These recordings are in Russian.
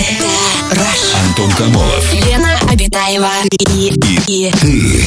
Это Rush. Антон Камолов, Лена Обитаева и ты.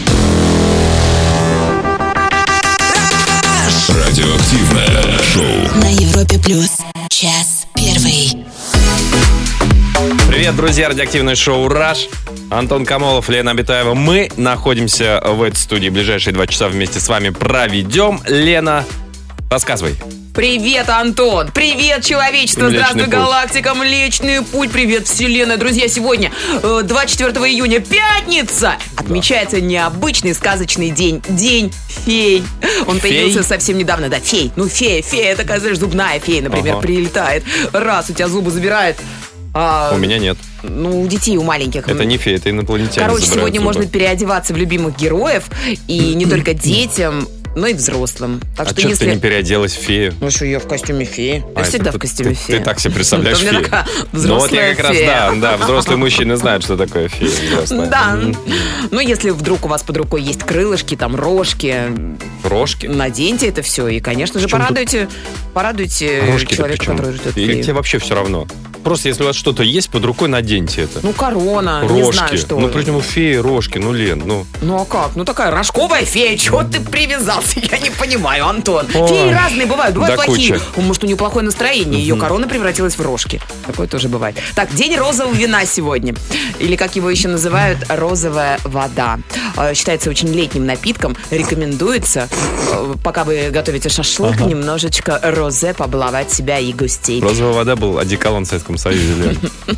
Радиоактивное шоу на Европе Плюс. Час первый. Привет, друзья, радиоактивное шоу «Раш». Антон Камолов, Лена Обитаева. Мы находимся в этой студии. Ближайшие 2 часа вместе с вами проведем. Лена, рассказывай. Привет, Антон! Привет, человечество! Млечный Здравствуй, путь. галактика! Млечный путь! Привет, Вселенная! Друзья, сегодня 24 июня, пятница! Отмечается необычный сказочный день. День фей. Он Фей? появился совсем недавно. Да, фей. Ну, фея, такая, знаешь, зубная фея, например, Ага. прилетает. Раз, у тебя зубы забирает. У меня нет. Ну, у детей, у маленьких. Это не фея, это инопланетяне. Короче, забирают сегодня зубы. можно переодеваться в любимых героев. И не только детям, но и взрослым. Так А что что если... ты не переоделась в фею? Ну что, я в костюме феи. Я А, всегда это в костюме феи. Ты так себе представляешь У меня фею. такая Ну вот взрослая я как раз, фея. да, взрослые мужчины знают, что такое фея. взрослая. Да. Ну, если вдруг у вас под рукой есть крылышки, там, рожки, Рожки? наденьте это все. И, конечно же, Чем порадуйте Рожки-то человека, причем? который ждет Или фею. тебе вообще все равно? Просто если у вас что-то есть под рукой, наденьте это. Ну, корона, Рожки. не знаю, что. Ну, причем у феи рожки, ну, Лен, ну. Ну, а как? Ну, такая рожковая фея. Чего ты привязался? Я не понимаю, Антон. Ой. Феи разные бывают. Бывают Да плохие. куча. Может, у нее плохое настроение. Ее корона превратилась в рожки. Такое тоже бывает. Так, день розового вина сегодня. Или, как его еще называют, розовая вода. Считается очень летним напитком. Рекомендуется, пока вы готовите шашлык, немножечко розе побаловать себя и гостей. Розовая вода был одеколон в Советском Союзе, Лен.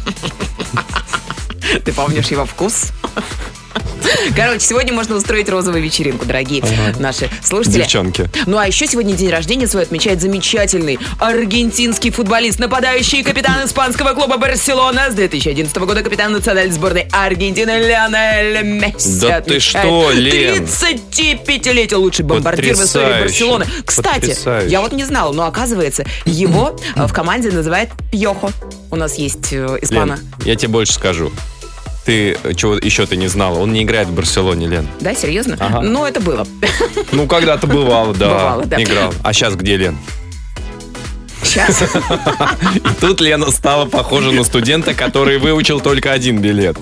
Ты помнишь его вкус? Короче, сегодня можно устроить розовую вечеринку, дорогие наши слушатели. Девчонки. Ну а еще сегодня день рождения свой отмечает замечательный аргентинский футболист, нападающий и капитан испанского клуба «Барселона». С 2011 года капитан национальной сборной Аргентины Лионель Месси. Да ты что, Лен? 35-летие, лучший бомбардир в истории Потрясающе. Барселоны. Кстати, Потрясающе. я вот не знала, но оказывается, его в команде называют Пьохо. У нас есть испана. Лен, я тебе больше скажу. Ты чего еще ты не знала? Он не играет в Барселоне, Лен. Да, серьезно? Ага. Ну, это было. Ну, когда-то бывало, да. Бывало, да. Играл. А сейчас где Лен? Сейчас. И тут Лена стала похожа на студента, который выучил только один билет.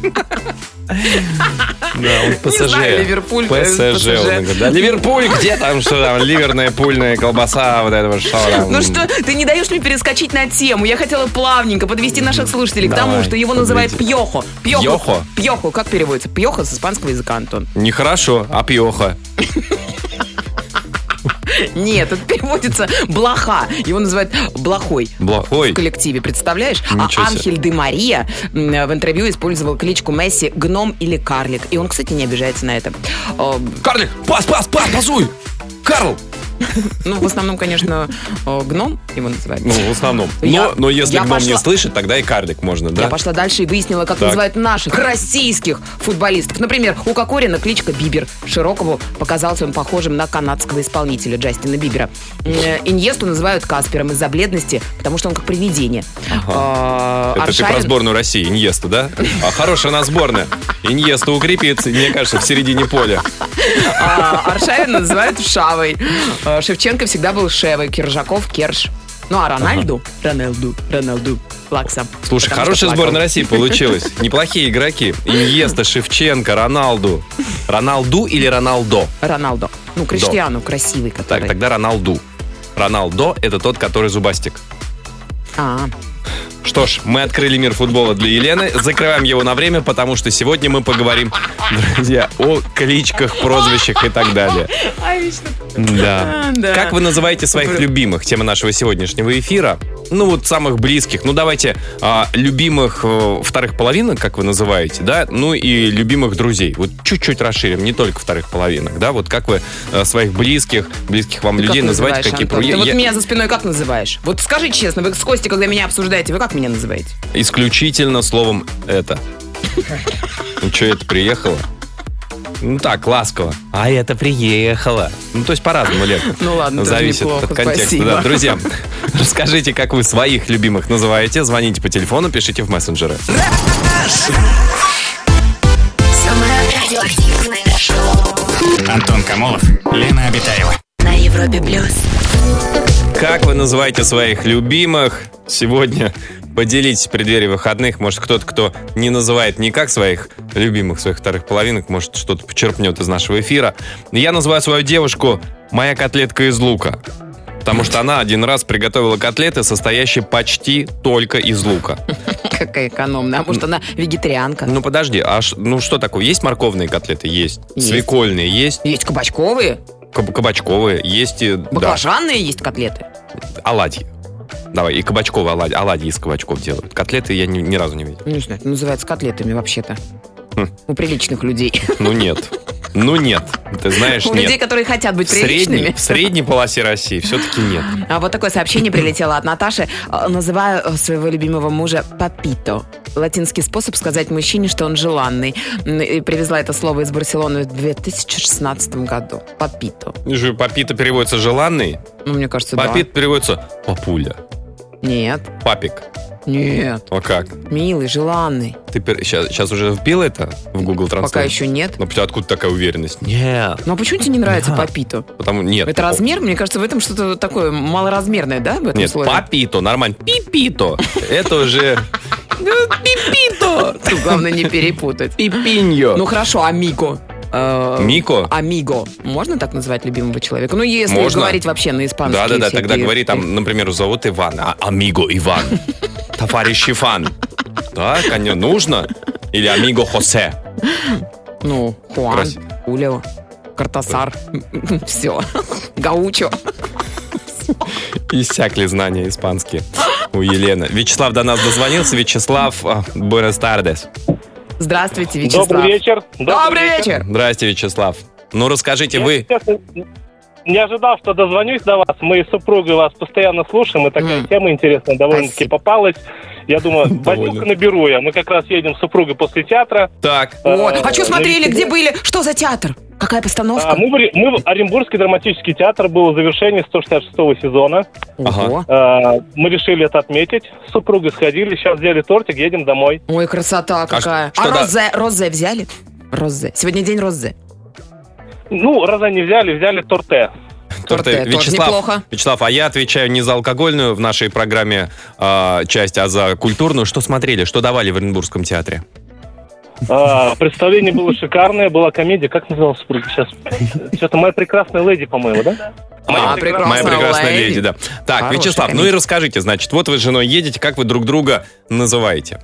Да, он ПСЖ. Не знаю, Ливерпуль, ПСЖ. Он говорит, да, Ливерпуль, где там, что там, ливерная пульная колбаса, вот этого что там. Ну что, ты не даешь мне перескочить на тему. Я хотела плавненько подвести наших слушателей к тому, Давай, что его называют подведи. Пьохо. Пьохо? Пьохо, как переводится? Пьохо с испанского языка, Антон. Нехорошо, а пьеха. Нет, это переводится блоха. Его называют блохой. Блохой? В коллективе, представляешь? Ничего А себе. Анхель де Мария в интервью использовал кличку Месси «Гном» или «Карлик». И он, кстати, не обижается на это. Карлик, пасуй! Карл! Ну, в основном, конечно, «Гном» его называют. Ну, в основном. Я- Но если я гном не пошла- слышит, тогда и карлик можно, да? Я пошла дальше и выяснила, как Так. называют наших российских футболистов. Например, у Кокорина кличка Бибер. Широкову показался он похожим на канадского исполнителя Джастина Бибера. Иньесту называют Каспером из-за бледности, потому что он как привидение. Это ты про сборную России, Иньесту, да? А хорошая она сборная. Иньесту укрепится, мне кажется, в середине поля. Аршавина называют Шавой. Шевченко всегда был Шевой. Киржаков Керш. Ну а Рональду, Роналду, плакса. Слушай, Потому хорошая что плакал. сборная России получилась. Неплохие игроки. Иньеста, Шевченко, Роналду. Роналду или Роналдо? Роналдо. Ну, Криштиану, красивый, Так, который. тогда Роналду. Роналдо — это тот, который зубастик. Что ж, мы открыли мир футбола для Елены. Закрываем его на время, потому что сегодня мы поговорим, друзья, о кличках, прозвищах и так далее. Да. Да. Как вы называете своих любимых? Тема нашего сегодняшнего эфира. Ну, вот самых близких. Ну, давайте любимых вторых половинок, как вы называете, да? Ну, и любимых друзей. Вот чуть-чуть расширим, не только вторых половинок, да? Вот как вы своих близких вам Ты людей как называете? называешь, Какие Антон? Ты вот Я- меня за спиной как называешь? Вот скажи честно, вы с Костей, когда меня обсуждаете, вы как меня называете? Исключительно словом «это». Ну, что, это приехало? Ну, так, ласково. А это приехало. Ну, то есть по-разному, Лен. Ну, ладно, тоже Зависит неплохо, от контекста. спасибо. Да. Друзья, расскажите, как вы своих любимых называете. Звоните по телефону, пишите в мессенджеры. самое радиоактивное шоу Антон Камолов, Лена Обитаева. на Европе Плюс. Как вы называете своих любимых? Сегодня Поделитесь в преддверии выходных. Может, кто-то, кто не называет никак своих любимых, своих вторых половинок, может, что-то почерпнет из нашего эфира. Я называю свою девушку «Моя котлетка из лука». Потому что она один раз приготовила котлеты, состоящие почти только из лука. Какая экономная. А может, она вегетарианка? Ну, подожди, что такое? Есть морковные котлеты? Есть. Свекольные есть? Есть кабачковые. Кабачковые. Есть и... Баклажанные есть котлеты. Оладьи. Давай, и кабачковые оладьи из кабачков делают. Котлеты я ни разу не видел. Не знаю, это называется котлетами вообще-то. У приличных людей. Ну нет, ты знаешь, У нет. людей, которые хотят быть приличными. В средней полосе России все-таки нет. А вот такое сообщение прилетело от Наташи. Называю своего любимого мужа папито. Латинский способ сказать мужчине, что он желанный. И привезла это слово из Барселоны в 2016 году. Папито. Папито переводится «желанный». Ну, мне кажется, да. Папит переводится «папуля». Нет. Папик. Нет. А как? Милый, желанный. Ты сейчас уже вбил это в Google Translate? Пока еще нет. Ну, откуда такая уверенность? Нет. Ну, а почему тебе не нравится папито? Потому нет. Это размер? Мне кажется, в этом что-то такое малоразмерное, да, в этом нет, слове? папито, нормально. Пипито. Это уже... Пипито. Тут главное не перепутать. Пипиньо. Ну, хорошо, амиго. Мико? Амиго. Можно так назвать любимого человека? Ну, если говорить вообще на испанском. Да, тогда говори там, например, зовут Иван. Амиго Иван. Товарищ Иван. Да, конечно, нужно. Или амиго Хосе. Ну, Хуан, Хулио, Картасар. Все. Гаучо. Иссякли знания испанские у Елены. Вячеслав до нас дозвонился. Вячеслав, buenas tardes. Здравствуйте, Вячеслав. Добрый вечер. Добрый вечер. Здрасте, Вячеслав. Ну, расскажите, вы... Не ожидал, что дозвонюсь до вас. Мы с супругой вас постоянно слушаем, и такая тема интересная довольно-таки попалась. Я думаю, возьму-ка наберу я. Мы как раз едем с супругой после театра. Так. Вот. А что смотрели? Где были? Что за театр? Какая постановка? Мы в Оренбургский драматический театр. Было завершение 166-го сезона. Ого. Мы решили это отметить. С супругой сходили. Сейчас взяли тортик, едем домой. Ой, красота какая. А розе взяли? Розе. Сегодня день розе. Ну, розе не взяли торте. Торте тоже неплохо. Вячеслав, а я отвечаю не за алкогольную в нашей программе часть, а за культурную. Что смотрели, что давали в Оренбургском театре? Представление было шикарное, была комедия. Как называлась супруга сейчас? Что-то «Моя прекрасная леди», по-моему, да? «Моя прекрасная леди», да. Так, хорошая Вячеслав, комедия. Ну и расскажите, значит, вот вы с женой едете, как вы друг друга называете?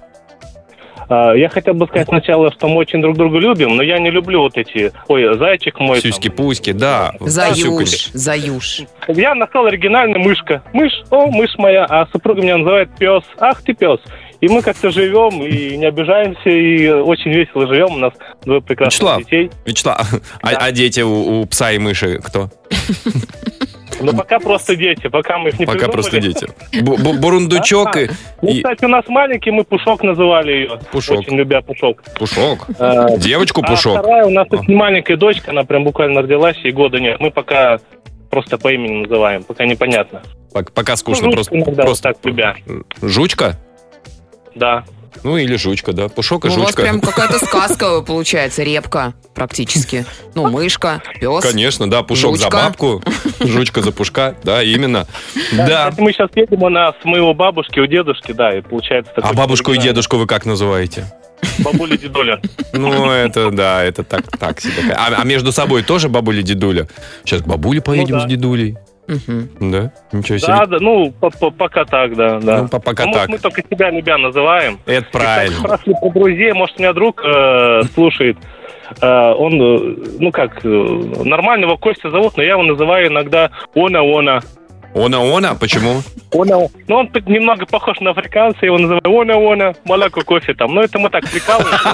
Я хотел бы сказать сначала, что мы очень друг друга любим, но я не люблю вот эти... Ой, зайчик мой. Сюськи-пуськи, да. Заюш. Я нашел оригинальный мышка. Мышь моя, а супруга меня называет пес. Ах ты пес. И мы как-то живем, и не обижаемся, и очень весело живем. У нас 2 прекрасных детей. Вячеслав, да. А дети у пса и мыши кто? Ну, пока просто дети, пока мы их не придумали. Пока просто дети. Бурундучок и... Ну, кстати, у нас маленький, мы Пушок называли ее. Пушок. Очень любя Пушок. Пушок? Девочку Пушок? А вторая у нас тут маленькая дочка, она прям буквально родилась, ей года нет. Мы пока просто по имени называем, пока непонятно. Пока скучно. Ну, просто вот так любя. Жучка? Да. Ну, или жучка, да. Пушок и жучка. У вас прям какая-то сказка получается, репка практически. Ну, мышка, пес. Конечно, да, Пушок жучка. За бабку, жучка за Пушка, да, именно. Да. Мы сейчас едем у нас с моего бабушки, у дедушки, да, и получается... А бабушку и дедушку вы как называете? Бабуля, дедуля. Ну, это, да, это так себе. А между собой тоже бабуля, дедуля? Сейчас к бабуле поедем с дедулей. Да? Ничего себе. Да, ну, пока так, да. Ну, пока так. Мы только себя любя называем. Это правильно. Спрашивали про друзей, может, у меня друг слушает. Он, ну как, нормально его Костя зовут, но я его называю иногда Она. Она? Почему? Ну, он немного похож на африканца, его называют Она, молоко, кофе там. Ну, это мы так прикалываемся.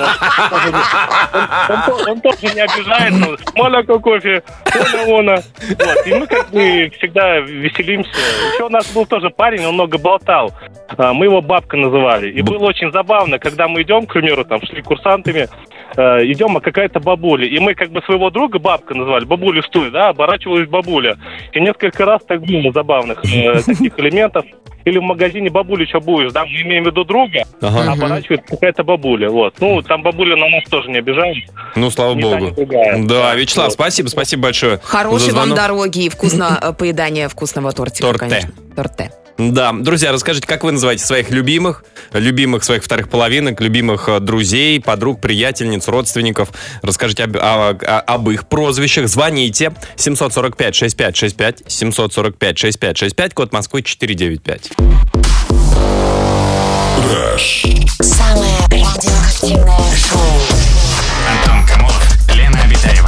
Он тоже не обижается. Молоко, кофе, Она. Вот. И мы как бы всегда веселимся. Еще у нас был тоже парень, он много болтал. Мы его Бабка называли. И было очень забавно, когда мы идем, к примеру, там, шли курсантами, идем, а какая-то бабуля. И мы как бы своего друга Бабка называли. Бабуля, стой, да, оборачивалась бабуля. И несколько раз так было забавных таких элементов. Или в магазине бабуля, что будешь, да, мы имеем в виду друга, оборачивается какая-то бабуля. Вот. Ну, там бабуля на нас тоже не обижает. Ну, слава богу. Да, Вячеслав, спасибо большое. Хорошей вам дороги и поедания вкусного тортика, конечно. Торте. Да, друзья, расскажите, как вы называете своих любимых своих вторых половинок, любимых друзей, подруг, приятельниц, родственников. Расскажите об их прозвищах. Звоните 745-6565, 745-6565, код Москвы 495. Самое радиоактивное шоу. Антон Камолов, Лена Обитаева.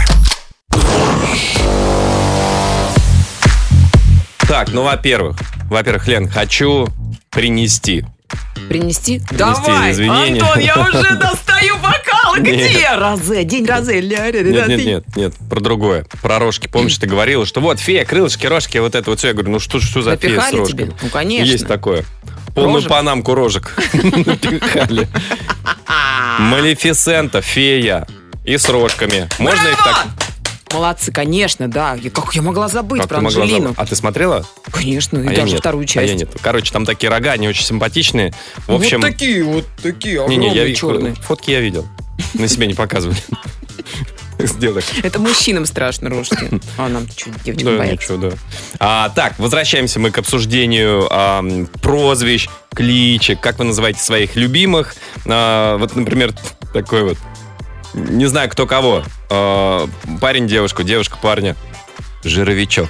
Так, ну, во-первых, Лен, хочу принести. Принести? Давай, извинения. Антон, я уже достаю бокалы. Где Нет. Розе? День Розе. Нет, про другое. Про рожки. Помнишь, ты говорила, что вот, фея, крылышки, рожки, вот это вот все. Я говорю, ну что за фея с Напихали рожками? тебе? Ну, конечно. Есть такое. Полную Рожек? панамку рожек напихали. Малефисента, фея и с рожками. Можно их так... Молодцы, конечно, да. Как я могла забыть Как про ты могла Анжелину? забыть? А ты смотрела? Конечно, и А я даже нет. вторую А часть. я нет. Короче, там такие рога, они очень симпатичные. В общем... вот такие, Не-не, огромные, черные. фотки я видел. На себе не показывали. Сделай. Это мужчинам страшно рожки. А нам что, девочкам Да, боятся? ничего, да. Так, возвращаемся мы к обсуждению прозвищ, кличек. Как вы называете своих любимых? Вот, например, такой вот. Не знаю, кто кого. Парень девушку, девушка парня. Жировичок.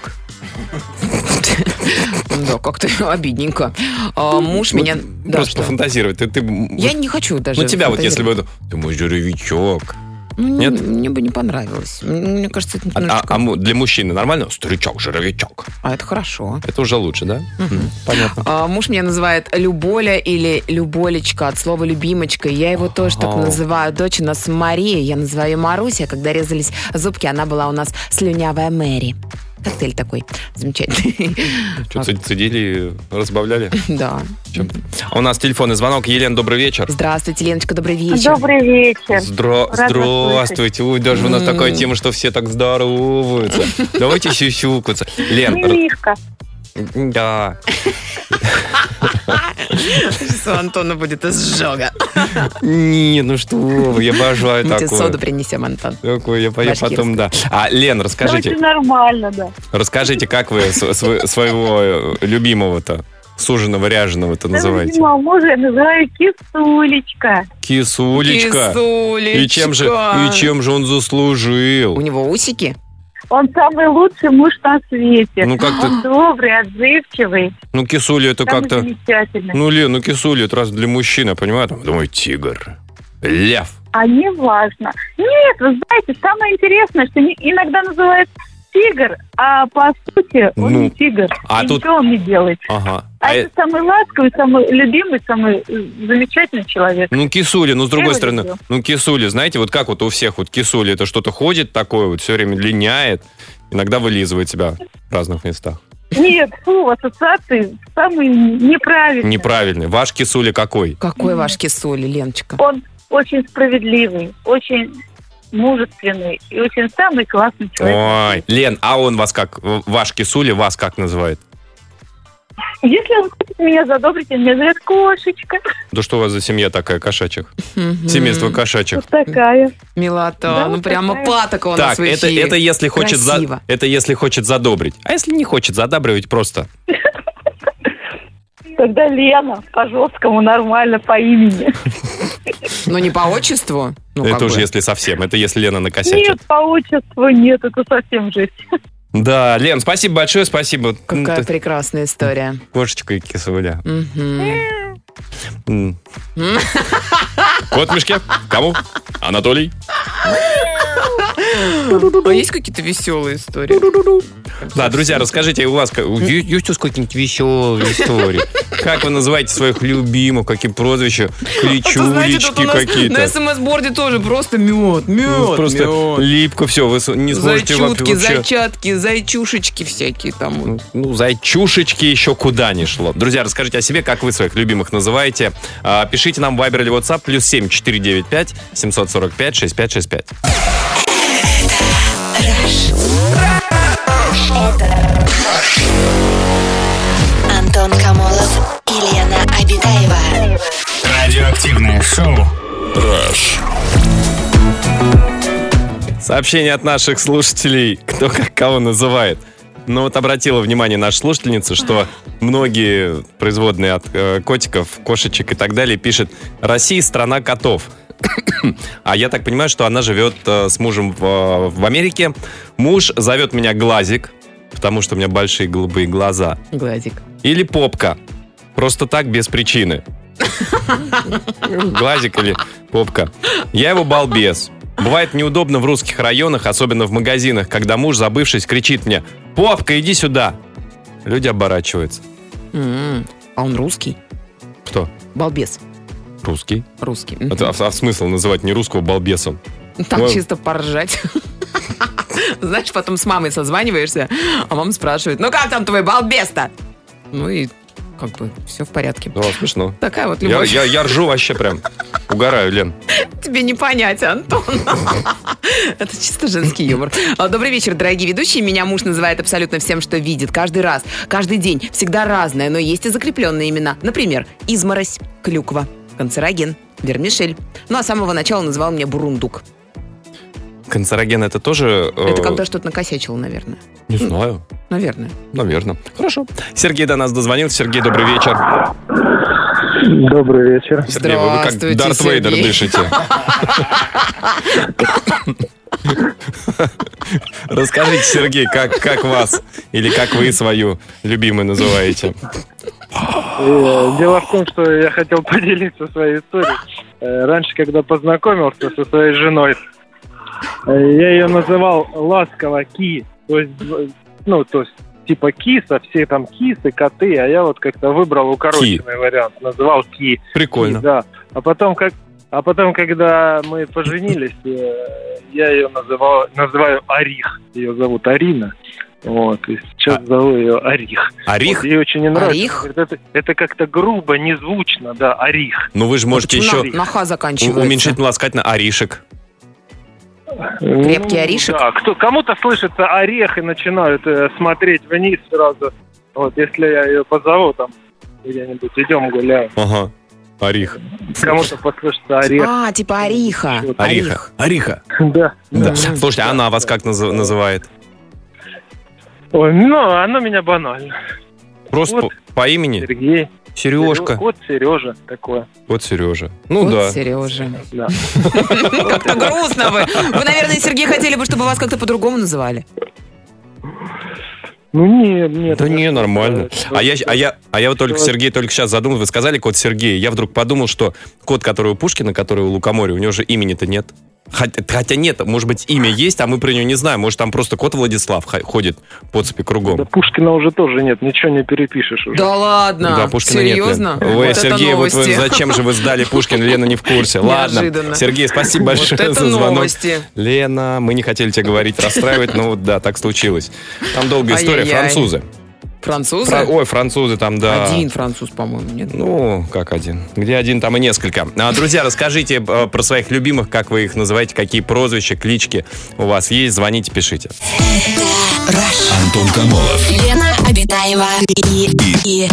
Да, как-то обидненько. Муж меня... Да, Просто что? пофантазировать. Я не хочу даже. Ну, тебя вот, если фантазировать. бы... Ты мой жировичок. Ну, Нет? Мне бы не понравилось. Мне кажется, это немножечко... Для мужчины нормально? Старичок, жировичок. А это хорошо. Это уже лучше, да? Понятно. Муж меня называет Люболя или Люболечка от слова любимочка. Я его тоже так называю. Дочь у нас Мария, я называю ее Маруся. Когда резались зубки, она была у нас слюнявая Мэри. Коктейль такой замечательный. Что, цедили, разбавляли? Да. Чем-то. А у нас телефонный звонок. Елена, добрый вечер. Здравствуйте, Леночка, добрый вечер. Добрый вечер. Здравствуйте. Ой, даже у нас такая тема, что все так здороваются. Давайте сюсюкаться. Лен, Мимишка. да. Сейчас у Антона будет изжога. Не, ну что вы, я обожаю Мы тебе такое. соду принесем, Антон. Такое, я Башкирскую. потом, да. Лен, Очень расскажите, нормально, да. как вы своего любимого-то, суженого, ряженого-то называете? Любимого мужа я называю кисулечка. Кисулечка. И чем же он заслужил? У него усики? Он самый лучший муж на свете. Ну, как-то- Он добрый, отзывчивый, Ну, кисуля это самый как-то... замечательный. Ну, Лен, ну кисуля это раз для мужчины, понимаете? Думаю, тигр, лев. А не важно. Нет, вы знаете, самое интересное, что иногда называют тигр, а по сути он Ну, не тигр. а И тут- ничего он не делает. Ага. А это самый ласковый, самый любимый, самый замечательный человек. Ну, кисуля, ну, с другой Я его стороны, люблю. ну, кисуля, знаете, вот как вот у всех вот кисуля, это что-то ходит такое, вот все время линяет, иногда вылизывает себя в разных местах. Нет, фу, ассоциации самые неправильные. Неправильный. Ваш кисуля какой? Какой ваш кисули, Леночка? Он очень справедливый, очень мужественный и очень самый классный человек. Ой, Лен, а он вас как, ваш кисуля вас как называет? Если он хочет меня задобрить, он меня зовет кошечка. Да что у вас за семья такая кошачьих? Семейство кошачьих. Вот такая. Милота, Да, ну прямо такая. патока у нас Так, в это эфире. если хочет Красиво. это если хочет задобрить. А если не хочет задабривать просто? Тогда Лена, по-жесткому, нормально, по имени. Но не по отчеству? Ну, Это как уже бы. если совсем. Это если Лена накосячит. Нет, по отчеству нет, это совсем жесть. Да, Лен, спасибо большое, спасибо. Какая Ты прекрасная история. Кошечка и кисуля. Мгм. М. Кот в мешке? Кому? Анатолий? А есть какие-то веселые истории? Да, друзья, расскажите, у вас есть у вас какие-нибудь веселые истории? Как вы называете своих любимых? Какие прозвища? Кличулечки На какие-то? СМС-борде тоже просто мед. Ну, просто липко все, вы не сможете Зайчутки, вообще... зайчатки, зайчушечки всякие там. Ну, зайчушечки еще куда не шло. Друзья, расскажите о себе, как вы своих любимых называете. Пишите нам в Viber или WhatsApp +7 495 745 6565. Антон Камолов и Лена Обитаева. Радиоактивное шоу. Сообщение от наших слушателей, кто как кого называет. Но вот обратила внимание наша слушательница, что многие производные от котиков, кошечек и так далее пишет: «Россия – страна котов». А я так понимаю, что она живет с мужем в Америке. Муж зовет меня Глазик, потому что у меня большие голубые глаза. Глазик. Или Попка. Просто так, без причины. Глазик или Попка. Я его балбес. Бывает неудобно в русских районах, особенно в магазинах, когда муж, забывшись, кричит мне: «Попка, иди сюда!» Люди оборачиваются. А он русский? Кто? Балбес. Русский. Русский. А смысл называть не русского балбесом? Так Ну, чисто поржать. Знаешь, потом с мамой созваниваешься, а мама спрашивает: «Ну как там твой балбес-то?» Ну и как бы все в порядке. Да, смешно. Такая вот любовь. Я ржу вообще прям. Угораю, Лен. Тебе не понять, Антон. Это чисто женский юмор. Добрый вечер, дорогие ведущие. Меня муж называет абсолютно всем, что видит. Каждый раз, каждый день. Всегда разное, но есть и закрепленные имена. Например, изморозь, клюква, канцероген, вермишель. Ну а с самого начала называл меня бурундук. Канцероген это тоже... Это когда что-то накосячил, наверное. Не знаю. Наверное. Наверное. Хорошо. Сергей до нас дозвонился. Сергей, добрый вечер. Добрый вечер. Сергей, вы как Здравствуйте, Дарт Вейдер Сергей. дышите. Расскажите, Сергей, как вас или как вы свою любимую называете? Дело в том, что я хотел поделиться своей историей. Раньше, когда познакомился со своей женой, я ее называл ласково Ки. То есть, типа киса, все там кисы, коты, а я вот как-то выбрал укороченный вариант, называл Ки. Прикольно. Ки, да. А потом, когда мы поженились, я ее называю Арих. Ее зовут Арина. Вот, и сейчас зову ее Арих. Арих? Вот, ей очень не нравится. Арих? Говорит, это как-то грубо, незвучно, да, Арих. Ну вы же можете еще На ха заканчивается. уменьшительно-ласкательно Аришек. Крепкий орешек? Да, кому-то слышится орех и начинают смотреть вниз сразу. Вот, если я ее позову, там, где-нибудь идем гуляем. Ага. Арих. Кому-то послышится орех. А, типа ориха. Вот. Ариха. Да. Да. Слушайте, а она вас как называет? Ой, оно меня банально. Просто Вот. по имени? Сергей. Сережка. Вот Сережа такое. Вот Сережа. Ну Вот да. Сережа. Да. Как-то грустно вы. Вы, наверное, Сергей, хотели бы, чтобы вас как-то по-другому называли. Ну нет. Да не, нормально. Да. А я вот только, Сергей, только сейчас задумал, вы сказали кот Сергей, я вдруг подумал, что кот, который у Пушкина, который у Лукоморья, у него же имени-то нет. Хотя нет, может быть, имя есть, а мы про него не знаем. Может, там просто кот Владислав ходит по цепи кругом. Да Пушкина уже тоже нет, ничего не перепишешь уже. Да ладно? Да, Пушкина Серьезно? нет. Лен. Ой, Вот это Сергей, вот вы, новости. зачем же вы сдали Пушкина? Лена не в курсе. Ладно, Неожиданно. Сергей, спасибо большое Вот это за звонок. новости. Лена, мы не хотели тебя говорить, расстраивать, но вот да, так случилось. Там долгая история. Ай-яй-яй. Французы. Французы? Французы там, да. Один француз, по-моему, нет? Ну, как один. Где один, там и несколько. Друзья, расскажите про своих любимых, как вы их называете, какие прозвища, клички у вас есть. Звоните, пишите. Антон Камолов, Лена Обитаева и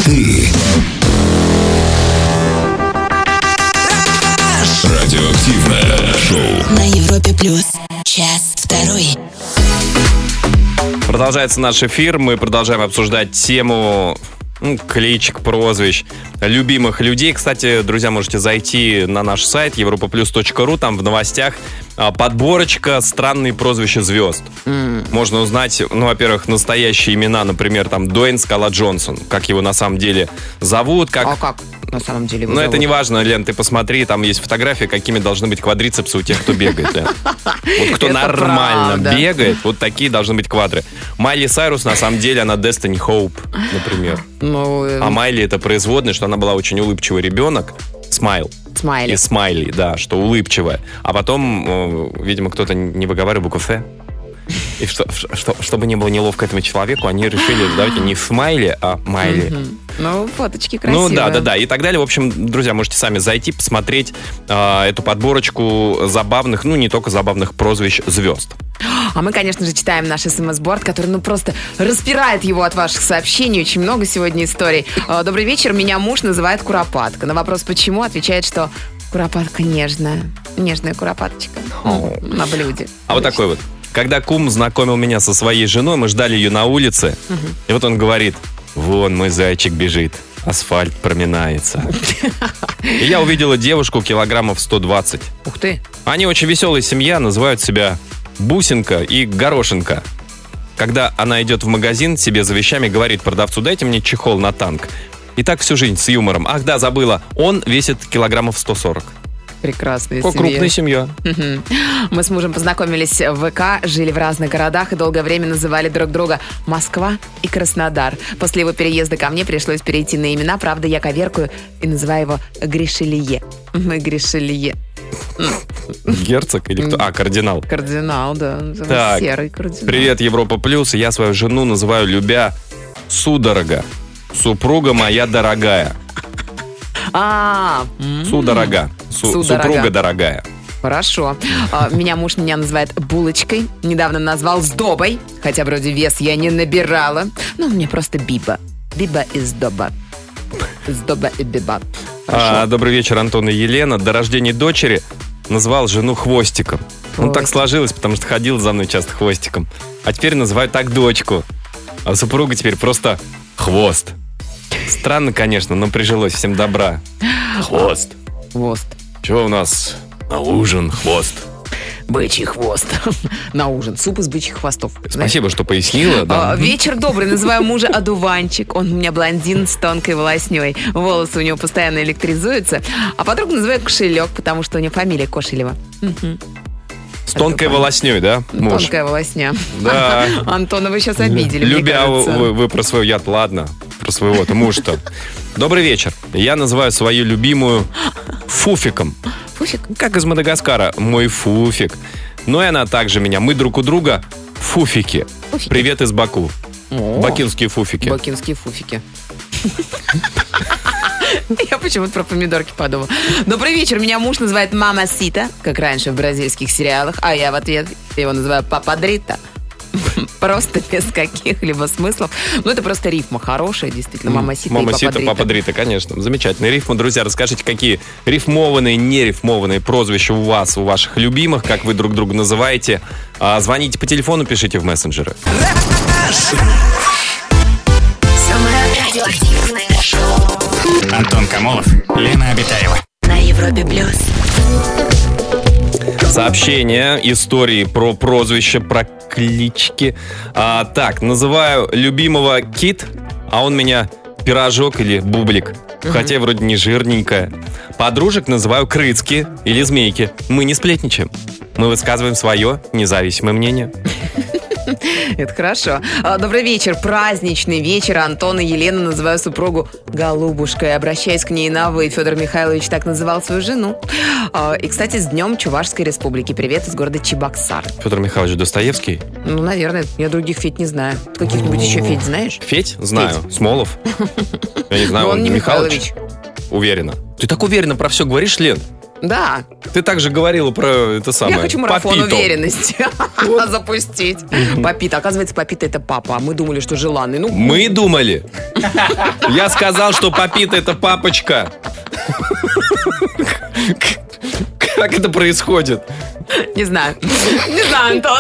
Радиоактивное шоу. на Европе плюс. Час второй. Продолжается наш эфир. Мы продолжаем обсуждать тему кличек, прозвищ, любимых людей. Кстати, друзья, можете зайти на наш сайт europaplus.ru. Там в новостях подборочка «Странные прозвища звезд». Можно узнать, во-первых, настоящие имена, например, там Дуэйн «Скала» Джонсон, как его на самом деле зовут. А как на самом деле его Но это зовут? не важно, Лен, ты посмотри, там есть фотографии, какими должны быть квадрицепсы у тех, кто бегает, Лен. Вот кто Это нормально правда. бегает, вот такие должны быть квадры. Майли Сайрус, на самом деле, она Destiny Hope, например. Ну, А Майли это производная, что она была очень улыбчивый ребенок. Смайл. Смайли. И Смайли, да, что улыбчивая. А потом, видимо, кто-то не выговаривал букву «Ф». И чтобы не было неловко этому человеку, они решили, давайте не Смайли, а Майли. Ну, фоточки красивые. Ну да, и так далее. В общем, друзья, можете сами зайти, посмотреть эту подборочку забавных, не только забавных прозвищ звезд. А мы, конечно же, читаем наш СМС-борд, который, просто распирает его от ваших сообщений. Очень много сегодня историй. Добрый вечер, меня муж называет Куропатка. На вопрос «почему?» отвечает, что Куропатка нежная. Нежная куропаточка на блюде. А вот такой вот. Когда кум знакомил меня со своей женой, мы ждали ее на улице. И вот он говорит: вон мой зайчик бежит, асфальт проминается. И я увидела девушку килограммов 120. Ух ты. Они очень веселая семья, называют себя Бусинка и Горошинка. Когда она идет в магазин себе за вещами, говорит продавцу: дайте мне чехол на танк. И так всю жизнь с юмором. Ах да, забыла, он весит килограммов 140. Прекрасная О, семья. крупная семья. Мы с мужем познакомились в ВК, жили в разных городах и долгое время называли друг друга Москва и Краснодар. После его переезда ко мне пришлось перейти на имена. Правда, я коверкаю и называю его Гришелье. Мы Гришелье. Герцог или кто? А, кардинал. Кардинал, да. Так, серый кардинал. привет, Европа Плюс. Я свою жену называю, любя, судорога. Супруга моя дорогая. Судорога. Супруга дорогая. Хорошо. Меня называет булочкой. Недавно назвал сдобой. Хотя вроде вес я не набирала. Ну, мне просто Биба. Биба и сдоба. Сдоба и биба. Добрый вечер, Антон и Елена. До рождения дочери назвал жену Хвостиком. Ну, так сложилось, потому что ходил за мной часто Хвостиком. А теперь называю так дочку. А супруга теперь просто Хвост. Странно, конечно, но прижилось. Всем добра. Хвост. Хвост. Чего у нас на ужин? Хвост. Бычий хвост. На ужин. Суп из бычьих хвостов. Спасибо, что пояснила. Да. Вечер добрый. Называю мужа Одуванчик. Он у меня блондин с тонкой волосней. Волосы у него постоянно электризуются. А подругу называют Кошелек, потому что у нее фамилия Кошелева. С тонкой волосней, да, муж? Тонкая волосня. Да. Антона, вы сейчас обидели, Любя вы про свой яд, ладно. Про своего-то муж-то. Добрый вечер. Я называю свою любимую Фуфиком. Фуфик? Как из Мадагаскара. Мой Фуфик. Ну и она также меня. Мы друг у друга Фуфики. Привет из Баку. Бакинские Фуфики. Бакинские Фуфики. Я почему-то про помидорки подумала. Добрый вечер. Меня муж называет Мама Сита, как раньше в бразильских сериалах, а я в ответ его называю Пападрита. Просто без каких-либо смыслов. Ну, это просто рифма хорошая, действительно. Мама Сита и Пападрита. Папа Дрита, конечно. Замечательные рифмы. Друзья, расскажите, какие рифмованные, нерифмованные прозвища у вас, у ваших любимых, как вы друг друга называете. Звоните по телефону, пишите в мессенджеры. Антон Камолов, Лена Обитаева. На Европе Плюс. Сообщения, истории про прозвища, про клички. Так, называю любимого Кит, а он меня Пирожок или Бублик. Хотя вроде не жирненькая. Подружек называю Крыцки или Змейки. Мы не сплетничаем. Мы высказываем свое независимое мнение. Это хорошо. Добрый вечер. Праздничный вечер. Антон и Елена называю супругу Голубушкой. Обращаясь к ней на «вы». Федор Михайлович так называл свою жену. И, кстати, с Днем Чувашской Республики. Привет из города Чебоксар. Федор Михайлович Достоевский? Ну, наверное. Я других Федь не знаю. Каких-нибудь еще Федь знаешь? Федь? Знаю. Федь. Смолов? Я не знаю. Но он не Михайлович. Уверена. Ты так уверенно про все говоришь, Лен? Да. Ты также говорила про это самое. Я хочу марафон Папито. уверенности запустить. Папита. Оказывается, Папита — это папа. А мы думали, что желанный. Ну, мы думали. Я сказал, что Папита — это папочка. Как это происходит? Не знаю. Не знаю, Антон.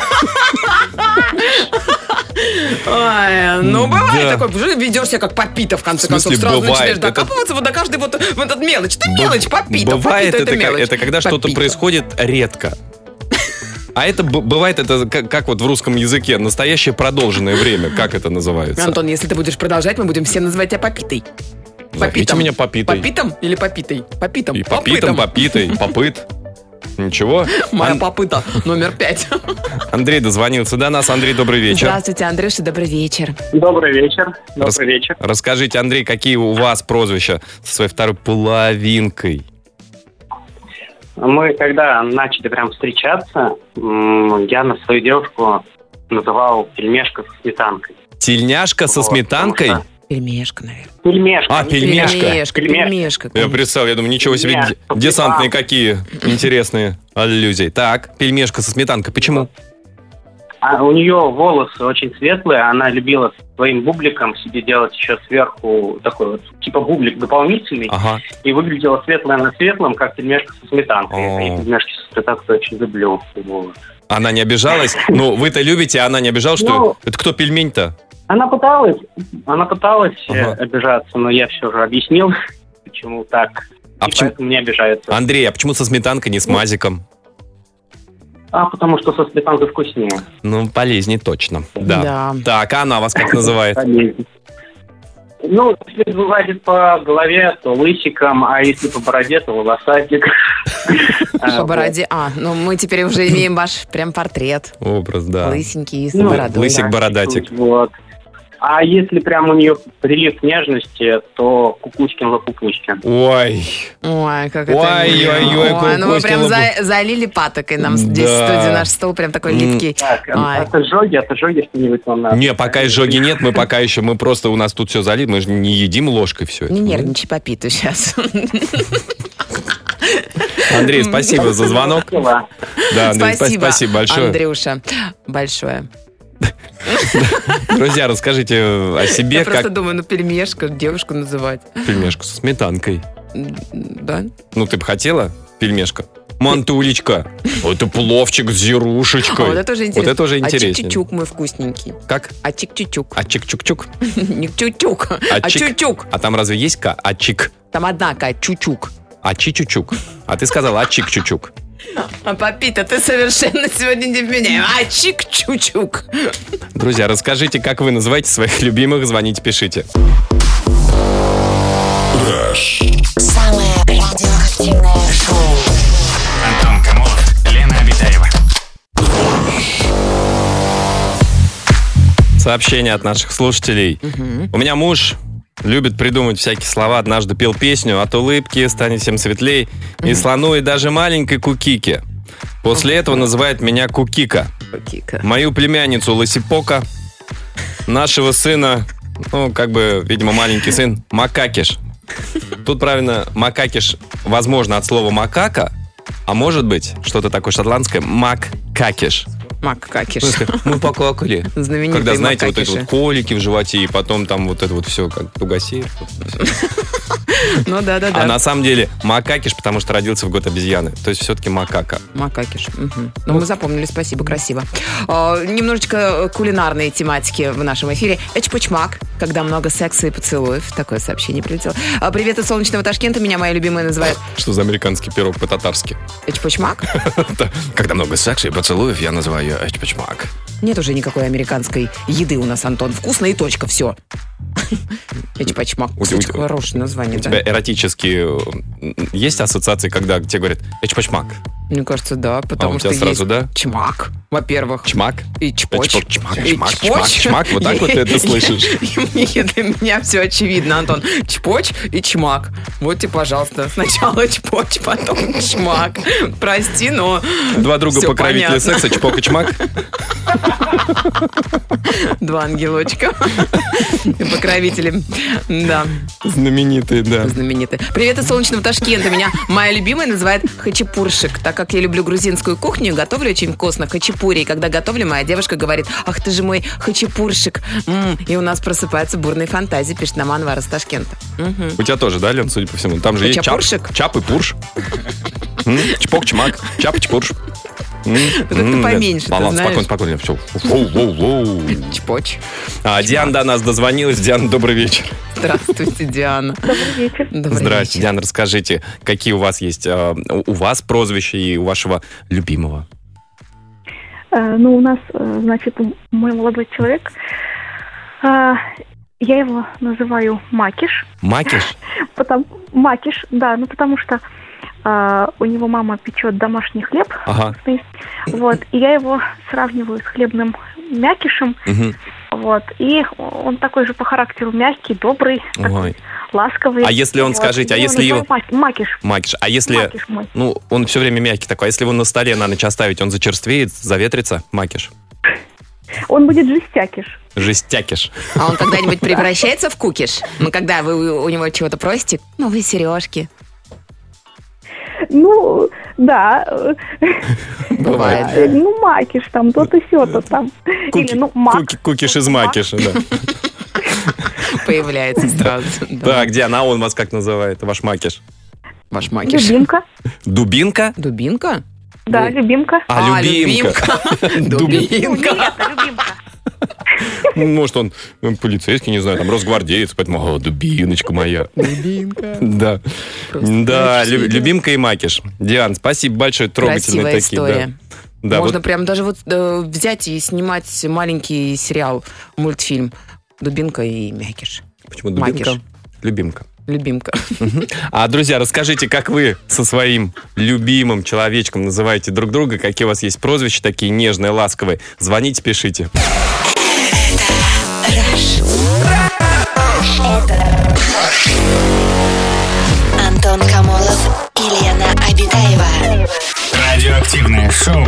Ой, ну, бывает Да. такое. Ведешь себя как Папита, в конце В смысле, концов. Сразу бывает? начинаешь докапываться вот до каждой вот в этот мелочь. Это мелочь, Папита. Бывает Папита — это, мелочь. это когда что-то Папита. происходит редко. А это бывает, это как вот в русском языке, настоящее продолженное время. Как это называется? Антон, если ты будешь продолжать, мы будем все называть тебя Папитой. Зовите меня Папитой. Папитом или Папитой? Папитом. И Папитом, Папитой, Попыт. Ничего. Моя попыта номер 5. Андрей дозвонился до нас. Андрей, добрый вечер. Здравствуйте, Андрюша, добрый вечер. Добрый вечер. Добрый вечер. Расскажите, Андрей, какие у вас прозвища со своей второй половинкой? Мы, когда начали прям встречаться, я на свою девушку называл пельмешка со сметанкой. Тельняшка со Вот, сметанкой? потому Пельмешка, наверное. Пельмешка. А, пельмешка. Пельмешка. Я представил, я думаю, ничего себе, Нет, десантные какие интересные аллюзии. Так, пельмешка со сметанкой. Почему? А у нее волосы очень светлые, она любила своим бубликом себе делать еще сверху такой вот, типа бублик дополнительный, и выглядела светлая на светлом, как пельмешка со сметанкой. Я пельмешки со сметанкой очень люблю. Вот. Она не обижалась? Ну, вы-то любите, а она не обижалась, что... Это кто пельмень-то? Она пыталась обижаться, но я все же объяснил, почему так. Поэтому не обижается. Андрей, а почему со сметанкой, не с мазиком? Потому что со сметанкой вкуснее. Ну, полезнее точно. Да. Так, а она вас как называет? Полезнее. Ну, если гладит по голове, то лысиком, а если по бороде, то волосатик. По бороде. Ну мы теперь уже имеем ваш прям портрет. Образ, да. Лысенький с бородой. Лысик-бородатик. Вот. А если прям у нее прилив нежности, то Кукушкин-Лапупушкин. Ой, как это... Ой, ну вы прям залили патокой нам здесь в студии наш стол, прям такой липкий. Так, отожоги что-нибудь вам надо. Не, пока изжоги нет, мы пока еще, мы просто, у нас тут все залито, мы же не едим ложкой все это. Не нервничай, попиту сейчас. Андрей, спасибо за звонок. Да, Андрей, спасибо большое. Андрюша, большое. Друзья, расскажите о себе. Я просто думаю, пельмешка, девушку называть. Пельмешку со сметанкой. Да? Ну, ты бы хотела пельмешка? Мантулечка. Это пловчик с зирушечкой. Вот это уже интересно. Вот это уже интереснее. А чик-чучук мой вкусненький. Как? А чик-чучук. А чик-чук-чук? Не чучук, а чучук. А там разве есть К? А чик? Там одна К, чучук. А чичучук. А ты сказала а чик-чучук. А Папита, ты совершенно сегодня не вменяем. А чик-чучук. Друзья, расскажите, как вы называете своих любимых. Звоните, пишите. Самое радиоактивное шоу. Антон Камолов, Лена Обитаева. Сообщение от наших слушателей. У меня муж любит придумать всякие слова. Однажды пел песню «От улыбки станет всем светлей» и слону, и даже маленькой кукике. После этого называет меня Кукика. Мою племянницу Лосипока. Нашего сына, видимо, маленький сын, Макакиш. Тут правильно, Макакиш, возможно, от слова макака, а может быть, что-то такое шотландское, Маккакиш. Маккакиш. Мы покакали. Знаменитый Когда, знаете, макакиши. вот эти вот колики в животе, и потом там вот это вот все, как тугосер. Ну да. А на самом деле Макакиш, потому что родился в год обезьяны. То есть все-таки макака. Макакиш. Ну, мы запомнили, спасибо, красиво. Немножечко кулинарные тематики в нашем эфире. Эчпочмак, когда много секса и поцелуев. Такое сообщение прилетело. Привет из солнечного Ташкента. Меня моя любимая называет... Что за американский пирог по-татарски? Эчпочмак? Когда много секса и поцелуев, я называю ее эчпочмак. Нет уже никакой американской еды у нас, Антон. Вкусно и точка, все. Эчпочмак. Кстати, хорошее название, да? У тебя эротические есть ассоциации, когда тебе говорят «эчпочмак»? Мне кажется, да, потому что сразу, есть да? чмак, во-первых. Чмак? И чпоч. Чмак. Вот так вот ты это слышишь. Для меня все очевидно, Антон. Чпоч и чмак. Вот тебе, пожалуйста, сначала чпоч, потом чмак. Прости, но два друга покровителя секса, чпок и чмак. Два ангелочка. Покровители. Да. Знаменитые, да. Знаменитые. Привет из солнечного Ташкента. Меня моя любимая называет хачапуршик. Так как я люблю грузинскую кухню, готовлю очень вкусно хачапури. И когда готовлю, моя девушка говорит: ах ты же мой хачапуршик. И у нас просыпаются бурные фантазии, пишет нам Анвар из Ташкента. У тебя тоже, да, Лен, судя по всему? Там же есть чап и пурш. Чпок, чмак, чап, чпурш. Это поменьше, ты знаешь. Спокойно. Все. Чпоч. Диана до нас дозвонилась. Диана, добрый вечер. Здравствуйте, Диана. Добрый вечер. Здравствуйте, Диана, расскажите, какие у вас есть у вас прозвища и у вашего любимого? У нас, значит, мой молодой человек, я его называю Макиш. Макиш? Макиш, да, потому что у него мама печет домашний хлеб. Ага. Вот, и я его сравниваю с хлебным мякишем. Вот, и он такой же по характеру мягкий, добрый, такой, ласковый. А если он, скажите, если его... Макиш. Макиш. А если... Макиш мой. Он все время мягкий такой. А если его на столе на ночь оставить, он зачерствеет, заветрится? Макиш. Он будет жестякиш. Жестякиш. А он когда-нибудь превращается в кукиш? Когда вы у него чего-то просите? Новые сережки. Да. Бывает. Ну, макиш там, то-то сё-то там. Или, ну, мак. Кукиш из макиша, да. Появляется сразу. Так, Диана, а он вас как называет, ваш макиш? Ваш макиш. Любимка. Дубинка? Дубинка? Да, любимка. Любимка. Дубинка. Нет, любимка. Может, он полицейский, не знаю, там, росгвардеец, поэтому, дубиночка моя. Дубинка. Да. Да, любимка и макиш. Диан, спасибо большое, трогательные Красивая такие. история. Да, Можно вот прям даже вот взять и снимать маленький сериал, мультфильм «Дубинка и мякиш». почему дубинка? Макиш. Любимка. Любимка. А, друзья, расскажите, как вы со своим любимым человечком называете друг друга, какие у вас есть прозвища такие нежные, ласковые. Звоните, пишите. Антон Камолов и Лена Обитаева. Радиоактивное шоу.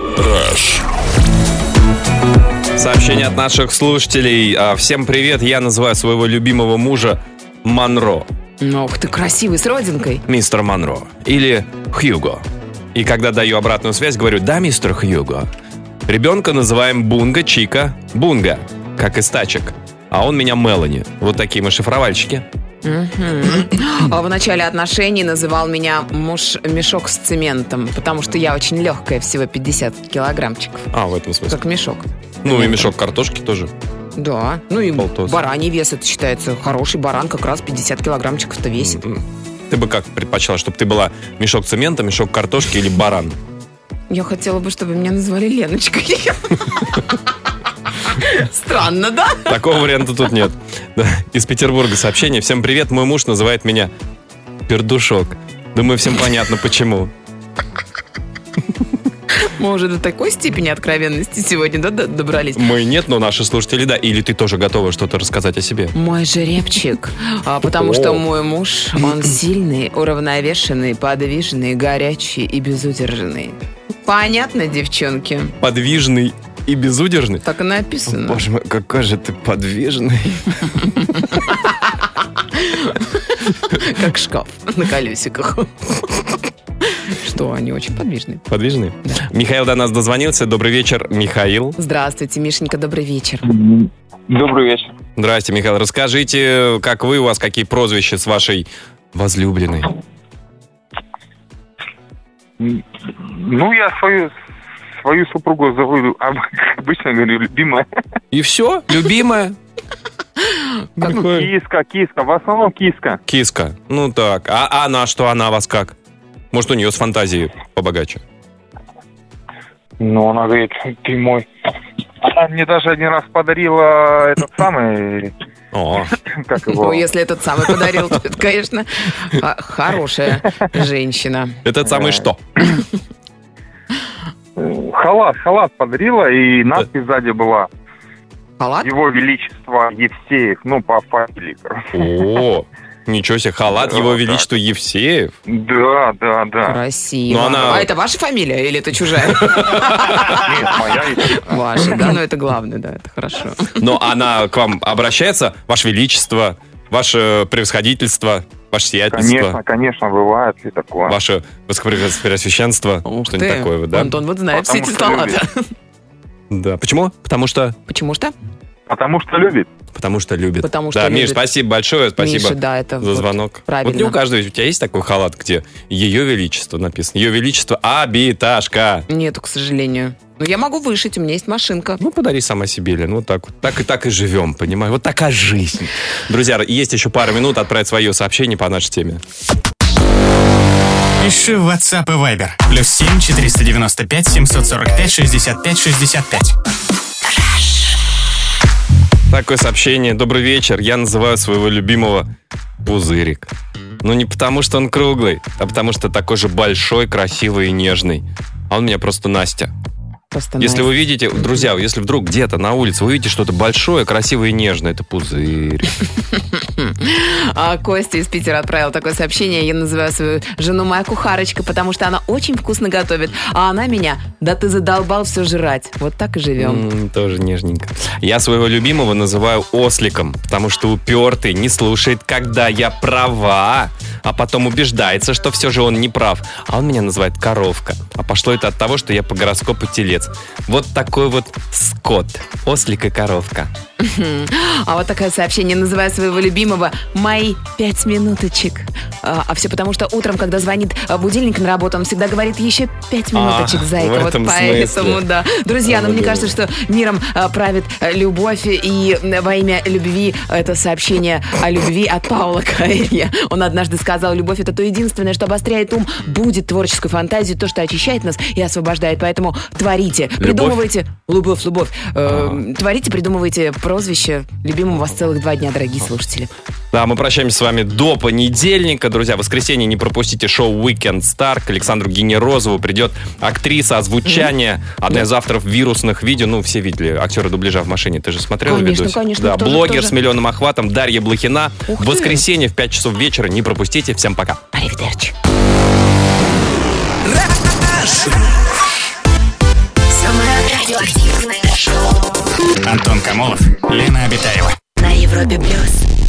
Сообщение от наших слушателей. Всем привет, я называю своего любимого мужа Монро. Ох ты, красивый, с родинкой. Мистер Монро. Или Хьюго. И когда даю обратную связь, говорю: да, мистер Хьюго. Ребенка называем Бунга, Чика, Бунга, как из тачек. А он меня Мелани. Вот такие мы шифровальщики. А в начале отношений называл меня муж мешок с цементом, потому что я очень легкая, всего 50 килограммчиков. В этом смысле. Как мешок. Ну и мешок картошки тоже. Да, ну и Полтос. бараний вес, это считается. Хороший баран как раз 50 килограммчиков-то весит. Ты бы как предпочла, чтобы ты была мешок цемента, мешок картошки или баран? Я хотела бы, чтобы меня назвали Леночкой. Странно, да? Такого варианта тут нет. Да. Из Петербурга сообщение. Всем привет, мой муж называет меня Пердушок. Думаю, всем понятно, почему. Мы уже до такой степени откровенности сегодня, да, добрались? Мы нет, но наши слушатели, да. Или ты тоже готова что-то рассказать о себе? Мой жеребчик. Потому что мой муж, он сильный, уравновешенный, подвижный, горячий и безудержный. Понятно, девчонки? Подвижный и безудержный? Так и написано. Боже мой, какой же ты подвижный. Как шкаф на колесиках. Что, они очень подвижные. Подвижный? Да. Михаил до нас дозвонился. Добрый вечер, Михаил. Здравствуйте, Мишенька, добрый вечер. Добрый вечер. Здрасте, Михаил. Расскажите, как вы, у вас какие прозвища с вашей возлюбленной? Ну, я свою супругу зову, обычно говорю, любимая. И все? Любимая? Ну, киска, в основном киска. Киска, ну так. А она что, она вас как? Может, у нее с фантазией побогаче? Ну, она говорит, ты мой. Она мне даже один раз подарила этот самый... Как его? Ну, если этот самый подарил, то это, конечно, хорошая женщина. Этот самый что? Халат подарила, и надпись сзади была. Халат? Его Величество Евсеев, ну, по фамилии. О, ничего себе, халат Его Величества Евсеев? Да. Красиво. Но она... А это ваша фамилия или это чужая? Нет, моя. Ваша, да, но это главное, да, это хорошо. Но она к вам обращается? Ваше Величество, Ваше Превосходительство, Ваше Сиятельство? Конечно, бывает и такое. Ваше Высокопреосвященство, что-нибудь такое, вот, да? Антон вот знает все эти слова. Да. Почему? Потому что... Почему что? Потому что любит. Потому что любит. Потому что да, любит. Миш, спасибо большое, спасибо Миша, да, это за звонок. Правильно. Вот не у каждого, у тебя есть такой халат, где Ее Величество написано? Ее Величество Обиташка. Нету, к сожалению. Но я могу вышить, у меня есть машинка. Ну, подари сама себе, Лен. Вот так вот. Так и живем, понимаешь? Вот такая жизнь. Друзья, есть еще пару минут отправить свое сообщение по нашей теме. Пиши в WhatsApp и Viber. +7 495 745 65 65. Такое сообщение. Добрый вечер. Я называю своего любимого Пузырик. Но не потому, что он круглый, а потому, что такой же большой, красивый и нежный. А он у меня просто Настя. Просто если вы видите, друзья, если вдруг где-то на улице вы видите что-то большое, красивое и нежное, это пузырь. А Костя из Питера отправил такое сообщение. Я называю свою жену моя кухарочка, потому что она очень вкусно готовит. А она меня: да ты задолбал все жрать. Вот так и живем. Тоже нежненько. Я своего любимого называю осликом, потому что упертый, не слушает, когда я права, а потом убеждается, что все же он не прав. А он меня называет коровка. А пошло это от того, что я по гороскопу телец. Вот такой вот скот. Ослик и коровка. А вот такое сообщение: называю своего любимого мои 5 минуточек. А все потому, что утром, когда звонит будильник на работу, он всегда говорит: еще 5 минуточек, зайка. Вот поэтому, да. Друзья, мне кажется, что миром правит любовь. И во имя любви это сообщение о любви от Паула Коэльо. Он однажды сказал: любовь — это то единственное, что обостряет ум, будет творческую фантазию, то, что очищает нас и освобождает. Поэтому творите, придумывайте. Любовь. Творите, придумывайте прозвище. Любимым у вас целых 2 дня, дорогие слушатели. Да, мы прощаемся с вами до понедельника. Друзья, в воскресенье не пропустите шоу Weekend Star. К Александру Генерозову придет актриса озвучания, одна из авторов вирусных видео. Ну, все видели актера дубляжа в машине. Ты же смотрела видос? Конечно. Да, блогер с миллионным охватом Дарья Блохина. В воскресенье в 5 часов вечера. Не пропустите. Всем пока. Аривидерчи. Самое радиоактивное шоу. Антон Камолов, Лена Обитаева.